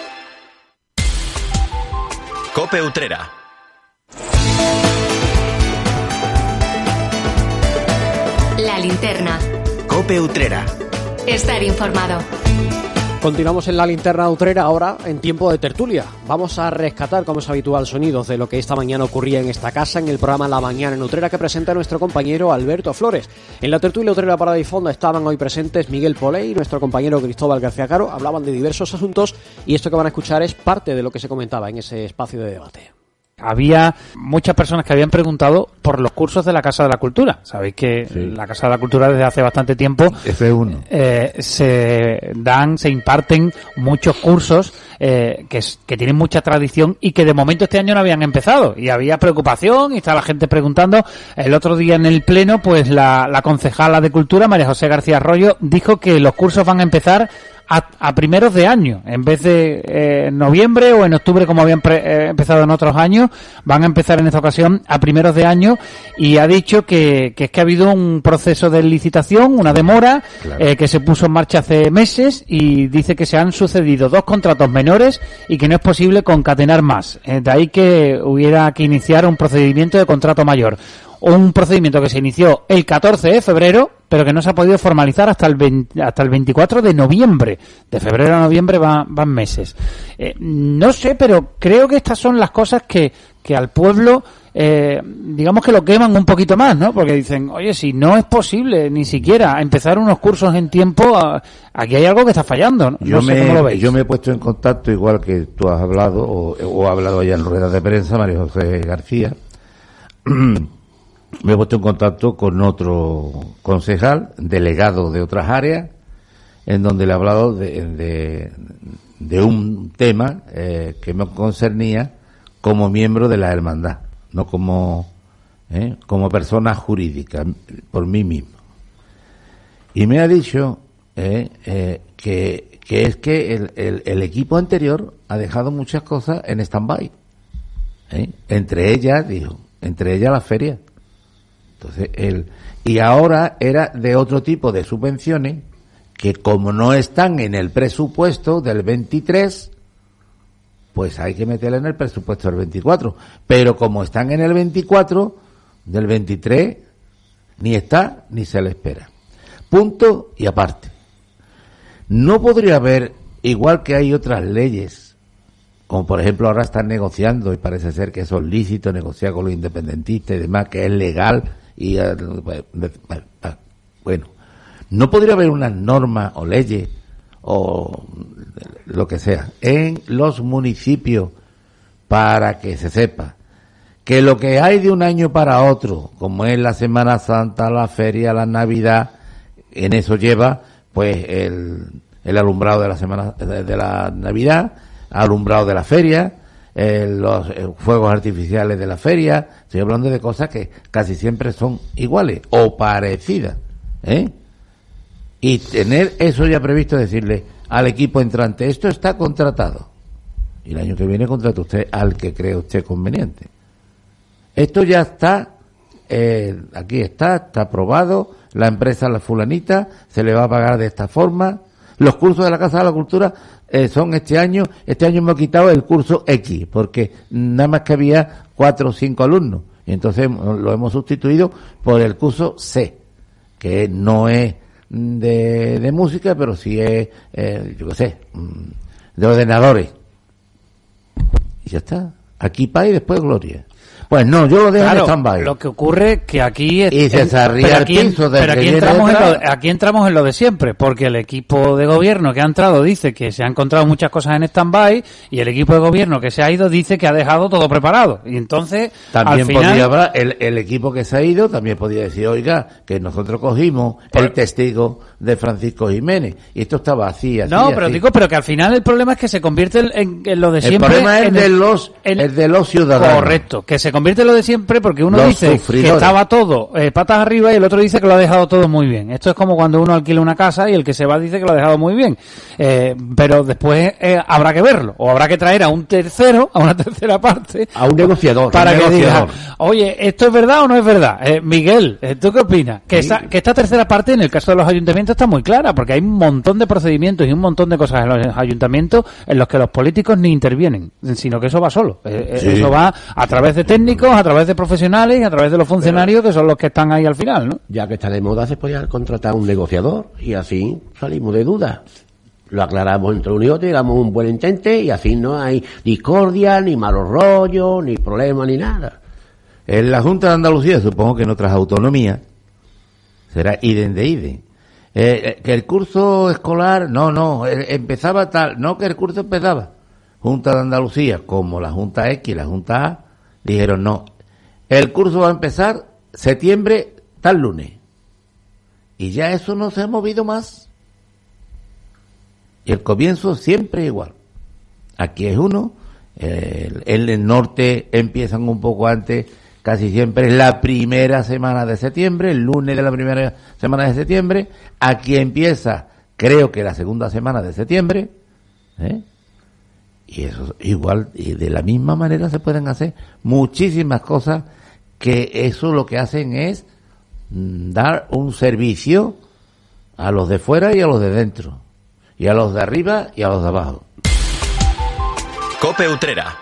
Cope Utrera. La linterna. Cope Utrera. Estar informado. Continuamos en la linterna Utrera, ahora en tiempo de tertulia. Vamos a rescatar, como es habitual, sonidos de lo que esta mañana ocurría en esta casa, en el programa La Mañana en Utrera, que presenta nuestro compañero Alberto Flores. En la tertulia Utrera Parada y Fonda estaban hoy presentes Miguel Poley y nuestro compañero Cristóbal García Caro. Hablaban de diversos asuntos y esto que van a escuchar es parte de lo que se comentaba en ese espacio de debate. Había muchas personas que habían preguntado por los cursos de la Casa de la Cultura. Sabéis que la Casa de la Cultura desde hace bastante tiempo se imparten muchos cursos que tienen mucha tradición y que de momento este año no habían empezado. Y había preocupación y estaba la gente preguntando. El otro día en el Pleno, pues la concejala de Cultura, María José García Arroyo, dijo que los cursos van a empezar a primeros de año, en vez de en noviembre o en octubre como habían empezado en otros años, van a empezar en esta ocasión a primeros de año, y ha dicho que es que ha habido un proceso de licitación, una demora, que se puso en marcha hace meses, y dice que se han sucedido 2 contratos menores y que no es posible concatenar más. De ahí que hubiera que iniciar un procedimiento de contrato mayor. Un procedimiento que se inició el 14 de febrero, pero que no se ha podido formalizar hasta el 24 de noviembre. De febrero a noviembre van meses. No sé, pero creo que estas son las cosas que al pueblo, digamos que lo queman un poquito más, ¿no? Porque dicen, oye, si no es posible ni siquiera empezar unos cursos en tiempo, aquí hay algo que está fallando, ¿no? No sé cómo lo veis. Yo me he puesto en contacto, igual que tú has hablado, o ha hablado ya en ruedas de prensa, María José García. Me he puesto en contacto con otro concejal, delegado de otras áreas, en donde le he hablado de un tema que me concernía como miembro de la hermandad, no como persona jurídica, por mí mismo. Y me ha dicho que es que el equipo anterior ha dejado muchas cosas en stand-by. Entre ellas la feria. Entonces, y ahora era de otro tipo de subvenciones que, como no están en el presupuesto del 23, pues hay que meterla en el presupuesto del 24. Pero como están en el 24, del 23 ni está ni se le espera. Punto y aparte. No podría haber, igual que hay otras leyes, como por ejemplo ahora están negociando, y parece ser que eso es lícito, negociar con los independentistas y demás, que es legal. Y bueno, no podría haber unas normas o leyes o lo que sea en los municipios para que se sepa que lo que hay de un año para otro, como es la Semana Santa, la feria, la Navidad, en eso lleva pues el alumbrado de la semana de la Navidad, alumbrado de la feria, los fuegos artificiales de la feria. Estoy hablando de cosas que casi siempre son iguales o parecidas, y tener eso ya previsto, decirle al equipo entrante, esto está contratado y el año que viene contrata usted al que cree usted conveniente. Esto ya está, aquí está aprobado, la empresa, la fulanita, se le va a pagar de esta forma. Los cursos de la Casa de la Cultura son este año hemos quitado el curso X, porque nada más que había 4 o 5 alumnos, y entonces lo hemos sustituido por el curso C, que no es de música, pero sí es, yo qué sé, de ordenadores. Y ya está. Aquí paz y después gloria. Pues no, yo lo dejo en Claro, stand-by. lo que ocurre que aquí... Y se zarría el piso del pero que aquí viene detrás. aquí entramos en lo de siempre, porque el equipo de gobierno que ha entrado dice que se ha encontrado muchas cosas en stand-by, y el equipo de gobierno que se ha ido dice que ha dejado todo preparado. Y entonces, También al final... podría hablar, el equipo que se ha ido también podría decir, oiga, que nosotros cogimos el testigo de Francisco Jiménez, y esto está vacío. No, pero digo, pero que al final el problema es que se convierte en lo de siempre. El problema es de los ciudadanos. Correcto, que se convierte en lo de siempre, porque uno Los dice sufridores. que estaba todo patas arriba y el otro dice que lo ha dejado todo muy bien. Esto es como cuando uno alquila una casa y el que se va dice que lo ha dejado muy bien. Pero después habrá que verlo, o habrá que traer a un tercero, a una tercera parte. A un negociador. Para un que negociador. diga, oye, ¿esto es verdad o no es verdad? Miguel, ¿tú qué opinas? Que esta tercera parte, en el caso de los ayuntamientos, está muy clara, porque hay un montón de procedimientos y un montón de cosas en los ayuntamientos en los que los políticos ni intervienen, sino que eso va solo. Eso va a través de técnicos, a través de profesionales y a través de los funcionarios, que son los que están ahí al final, ¿no? Ya que está de moda, se podía contratar un negociador y así salimos de dudas. Lo aclaramos entre uno y otro y damos un buen intento y así no hay discordia, ni malos rollos, ni problemas, ni nada. En la Junta de Andalucía, supongo que en otras autonomías, será idem de idem. Que el curso escolar, empezaba tal, no que el curso empezaba. Junta de Andalucía, como la Junta X y la Junta A, dijeron no, el curso va a empezar septiembre tal lunes. Y ya eso no se ha movido más. Y el comienzo siempre igual. Aquí es uno, en el norte empiezan un poco antes, casi siempre es la primera semana de septiembre, el lunes de la primera semana de septiembre. Aquí empieza, creo que la segunda semana de septiembre, y eso igual, y de la misma manera se pueden hacer muchísimas cosas, que eso lo que hacen es dar un servicio a los de fuera y a los de dentro, y a los de arriba y a los de abajo. COPE Utrera.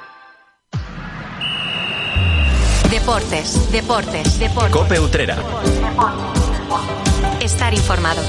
Deportes. COPE Utrera. Estar informado.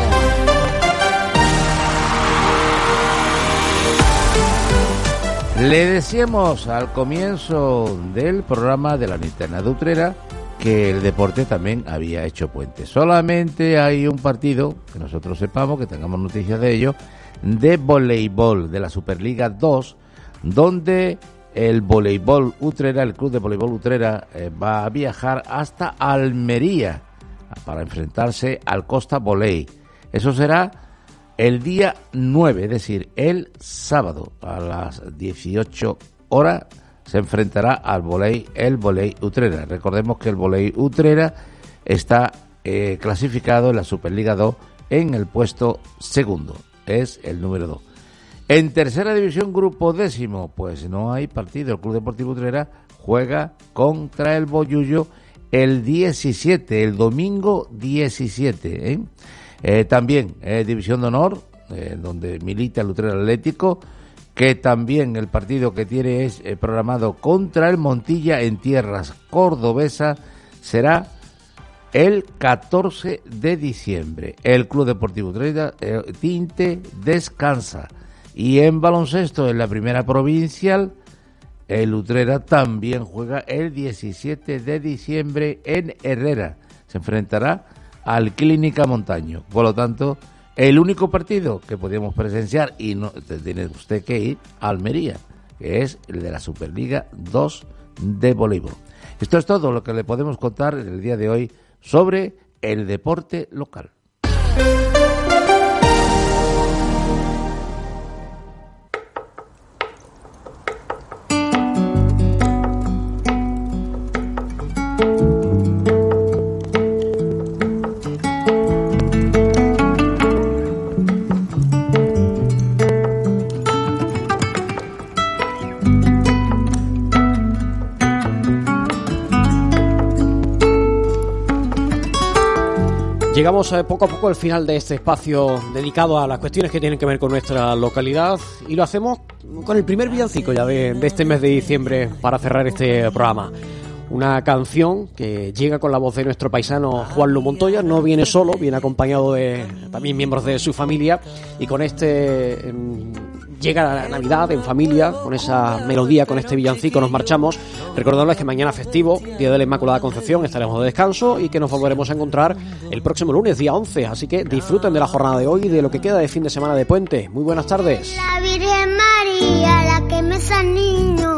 Le decíamos al comienzo del programa de la linterna de Utrera que el deporte también había hecho puente. Solamente hay un partido, que nosotros sepamos, que tengamos noticias de ello, de voleibol, de la Superliga 2, donde el voleibol Utrera, el club de voleibol Utrera, va a viajar hasta Almería para enfrentarse al Costa Voley. Eso será el día 9, es decir, el sábado a las 18 horas se enfrentará al el voley Utrera. Recordemos que el voley Utrera está clasificado en la Superliga 2 en el puesto segundo, es el número 2. En tercera división, grupo décimo, pues no hay partido. El Club Deportivo Utrera juega contra el Bollullo el 17, el domingo 17, también División de Honor, donde milita el Utrera Atlético, que también el partido que tiene es programado contra el Montilla en tierras cordobesas, será el 14 de diciembre. El Club Deportivo Utrera Tinte descansa. Y en baloncesto, en la primera provincial, el Utrera también juega el 17 de diciembre en Herrera. Se enfrentará al Clínica Montaño. Por lo tanto, el único partido que podíamos presenciar, y no tiene usted que ir a Almería, que es el de la Superliga 2 de voleibol. Esto es todo lo que le podemos contar en el día de hoy sobre el deporte local. Llegamos poco a poco al final de este espacio dedicado a las cuestiones que tienen que ver con nuestra localidad, y lo hacemos con el primer villancico ya de este mes de diciembre para cerrar este programa. Una canción que llega con la voz de nuestro paisano Juanlu Montoya. No viene solo, viene acompañado de también miembros de su familia, y con este llega la Navidad en familia, con esa melodía, con este villancico nos marchamos, recordándoles que mañana festivo, Día de la Inmaculada Concepción, estaremos de descanso y que nos volveremos a encontrar el próximo lunes, día 11, así que disfruten de la jornada de hoy y de lo que queda de fin de semana de puente. Muy buenas tardes. La Virgen María, la que me San Niño,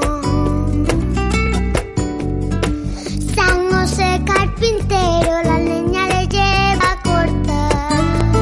San José Carpintero, la leña le lleva a cortar.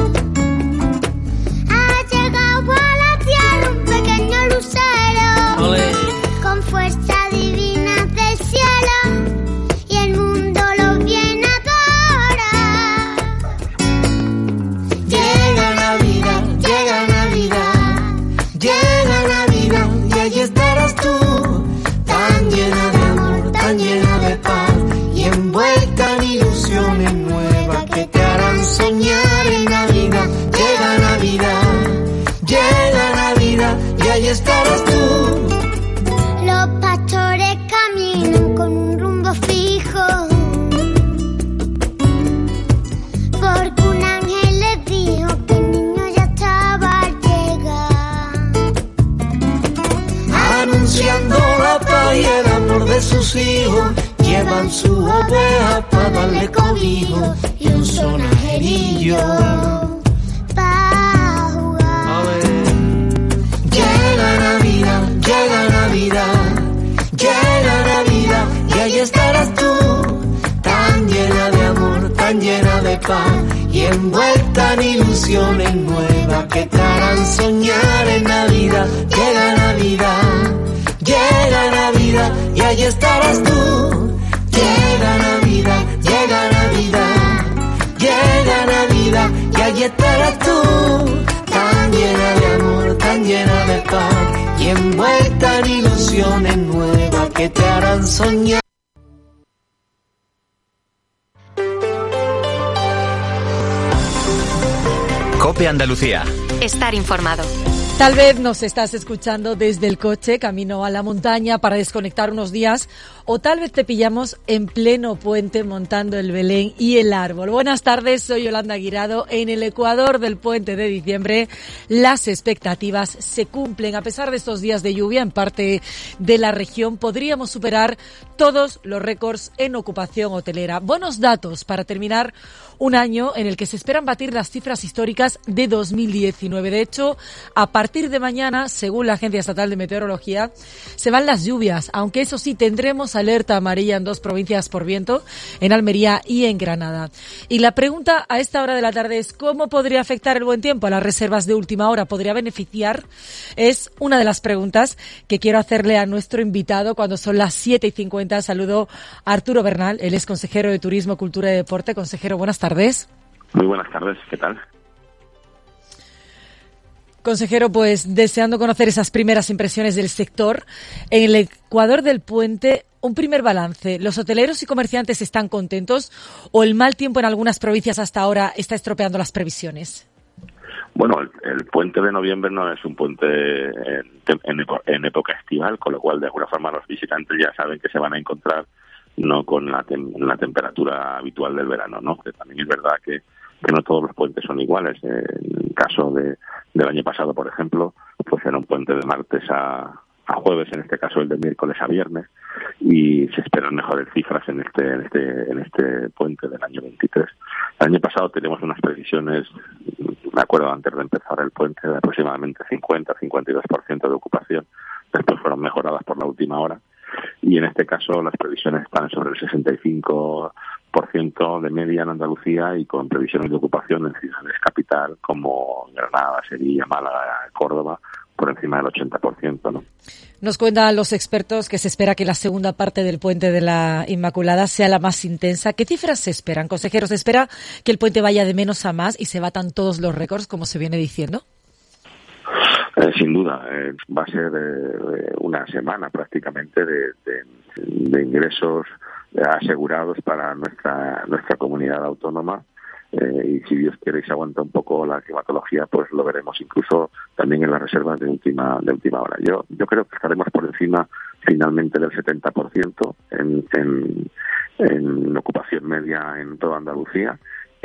Ha llegado a la tierra un pequeño lucero, ¡olé!, con fuerza divina del cielo, y el mundo lo viene a adorar. Llega Navidad, llega Navidad, llega Navidad, y allí estarás tú, tan llena de amor, tan llena de paz, y envuelta en ilusiones nuevas que te harán soñar en Navidad. Llega Navidad, y allí estarás tú. Los pastores caminan con un rumbo fijo, porque un ángel les dijo que el niño ya estaba al llegar. Anunciando la paz y el amor de sus hijos, llevan su oveja para darle cobijo y un sonajerillo pa' jugar. Llega Navidad, llega Navidad, llega Navidad, y ahí estarás tú, tan llena de amor, tan llena de paz, y envuelta en ilusiones nuevas que te harán soñar en Navidad. Llega Navidad, llega Navidad, y ahí estarás tú. Llega Navidad, llega Navidad, llega Navidad, y allí estarás tú, tan llena de amor, tan llena de paz, y envuelta en ilusiones nuevas que te harán soñar. COPE Andalucía. Estar informado. Tal vez nos estás escuchando desde el coche, camino a la montaña para desconectar unos días, o tal vez te pillamos en pleno puente montando el Belén y el árbol. Buenas tardes, soy Yolanda Guirado. En el Ecuador del puente de diciembre, las expectativas se cumplen. A pesar de estos días de lluvia en parte de la región, podríamos superar todos los récords en ocupación hotelera. Buenos datos para terminar un año en el que se esperan batir las cifras históricas de 2019. De hecho, a partir de mañana, según la Agencia Estatal de Meteorología, se van las lluvias, aunque eso sí, tendremos alerta amarilla en 2 provincias por viento, en Almería y en Granada. Y la pregunta a esta hora de la tarde es ¿cómo podría afectar el buen tiempo a las reservas de última hora? ¿Podría beneficiar? Es una de las preguntas que quiero hacerle a nuestro invitado cuando son las 7:50. Saludo a Arturo Bernal, él es consejero de Turismo, Cultura y Deporte. Consejero, buenas tardes. Muy buenas tardes, ¿qué tal? Consejero, pues deseando conocer esas primeras impresiones del sector. En el Ecuador del puente, un primer balance. ¿Los hoteleros y comerciantes están contentos o el mal tiempo en algunas provincias hasta ahora está estropeando las previsiones? Bueno, el puente de noviembre no es un puente en época estival, con lo cual de alguna forma los visitantes ya saben que se van a encontrar no con la temperatura habitual del verano, ¿no? Que también es verdad que no todos los puentes son iguales. En el caso del año pasado, por ejemplo, pues era un puente de martes a jueves, en este caso el de miércoles a viernes, y se esperan mejores cifras en este puente del año 23. El año pasado teníamos unas previsiones, me acuerdo antes de empezar el puente, de aproximadamente 50-52% de ocupación. Después fueron mejoradas por la última hora. Y en este caso las previsiones están sobre el 65% de media en Andalucía y con previsiones de ocupación en ciudades capital como Granada, Sevilla, Málaga, Córdoba, por encima del 80%, ¿no? Nos cuentan los expertos que se espera que la segunda parte del puente de la Inmaculada sea la más intensa. ¿Qué cifras se esperan, consejeros? ¿Se espera que el puente vaya de menos a más y se batan todos los récords, como se viene diciendo? Sin duda, va a ser una semana prácticamente de ingresos asegurados para nuestra comunidad autónoma, y si Dios quiere y se aguanta un poco la climatología, pues lo veremos incluso también en las reservas de última hora. Yo creo que estaremos por encima finalmente del 70% en ocupación media en toda Andalucía, y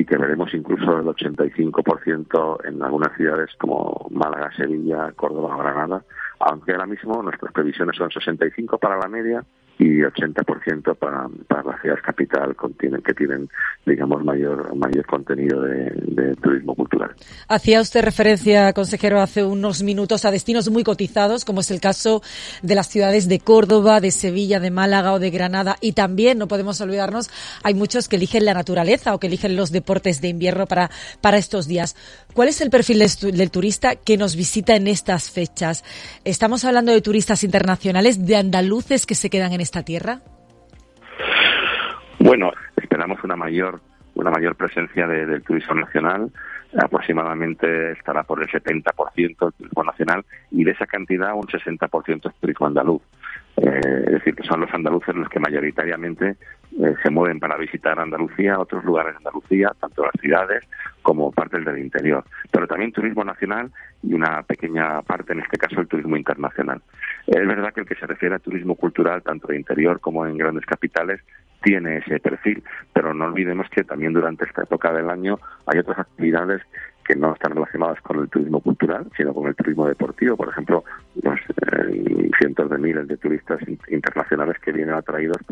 y que veremos incluso el 85% en algunas ciudades como Málaga, Sevilla, Córdoba o Granada, aunque ahora mismo nuestras previsiones son 65% para la media y 80% para las ciudades capital que tienen, digamos, mayor contenido de turismo cultural. Hacía usted referencia, consejero, hace unos minutos a destinos muy cotizados, como es el caso de las ciudades de Córdoba, de Sevilla, de Málaga o de Granada, y también, no podemos olvidarnos, hay muchos que eligen la naturaleza o que eligen los deportes de invierno para estos días. ¿Cuál es el perfil del turista que nos visita en estas fechas? ¿Estamos hablando de turistas internacionales, de andaluces que se quedan en esta tierra? Bueno, esperamos una mayor presencia del turismo nacional. Aproximadamente estará por el 70% el turismo nacional, y de esa cantidad un 60% es turismo andaluz. Es decir, que son los andaluces los que mayoritariamente se mueven para visitar Andalucía, otros lugares de Andalucía, tanto las ciudades como partes del interior. Pero también turismo nacional y una pequeña parte, en este caso, el turismo internacional. Es verdad que el que se refiere a turismo cultural, tanto de interior como en grandes capitales, tiene ese perfil, pero no olvidemos que también durante esta época del año hay otras actividades que no están relacionadas con el turismo cultural, sino con el turismo deportivo. Por ejemplo, los cientos de miles de turistas internacionales que vienen atraídos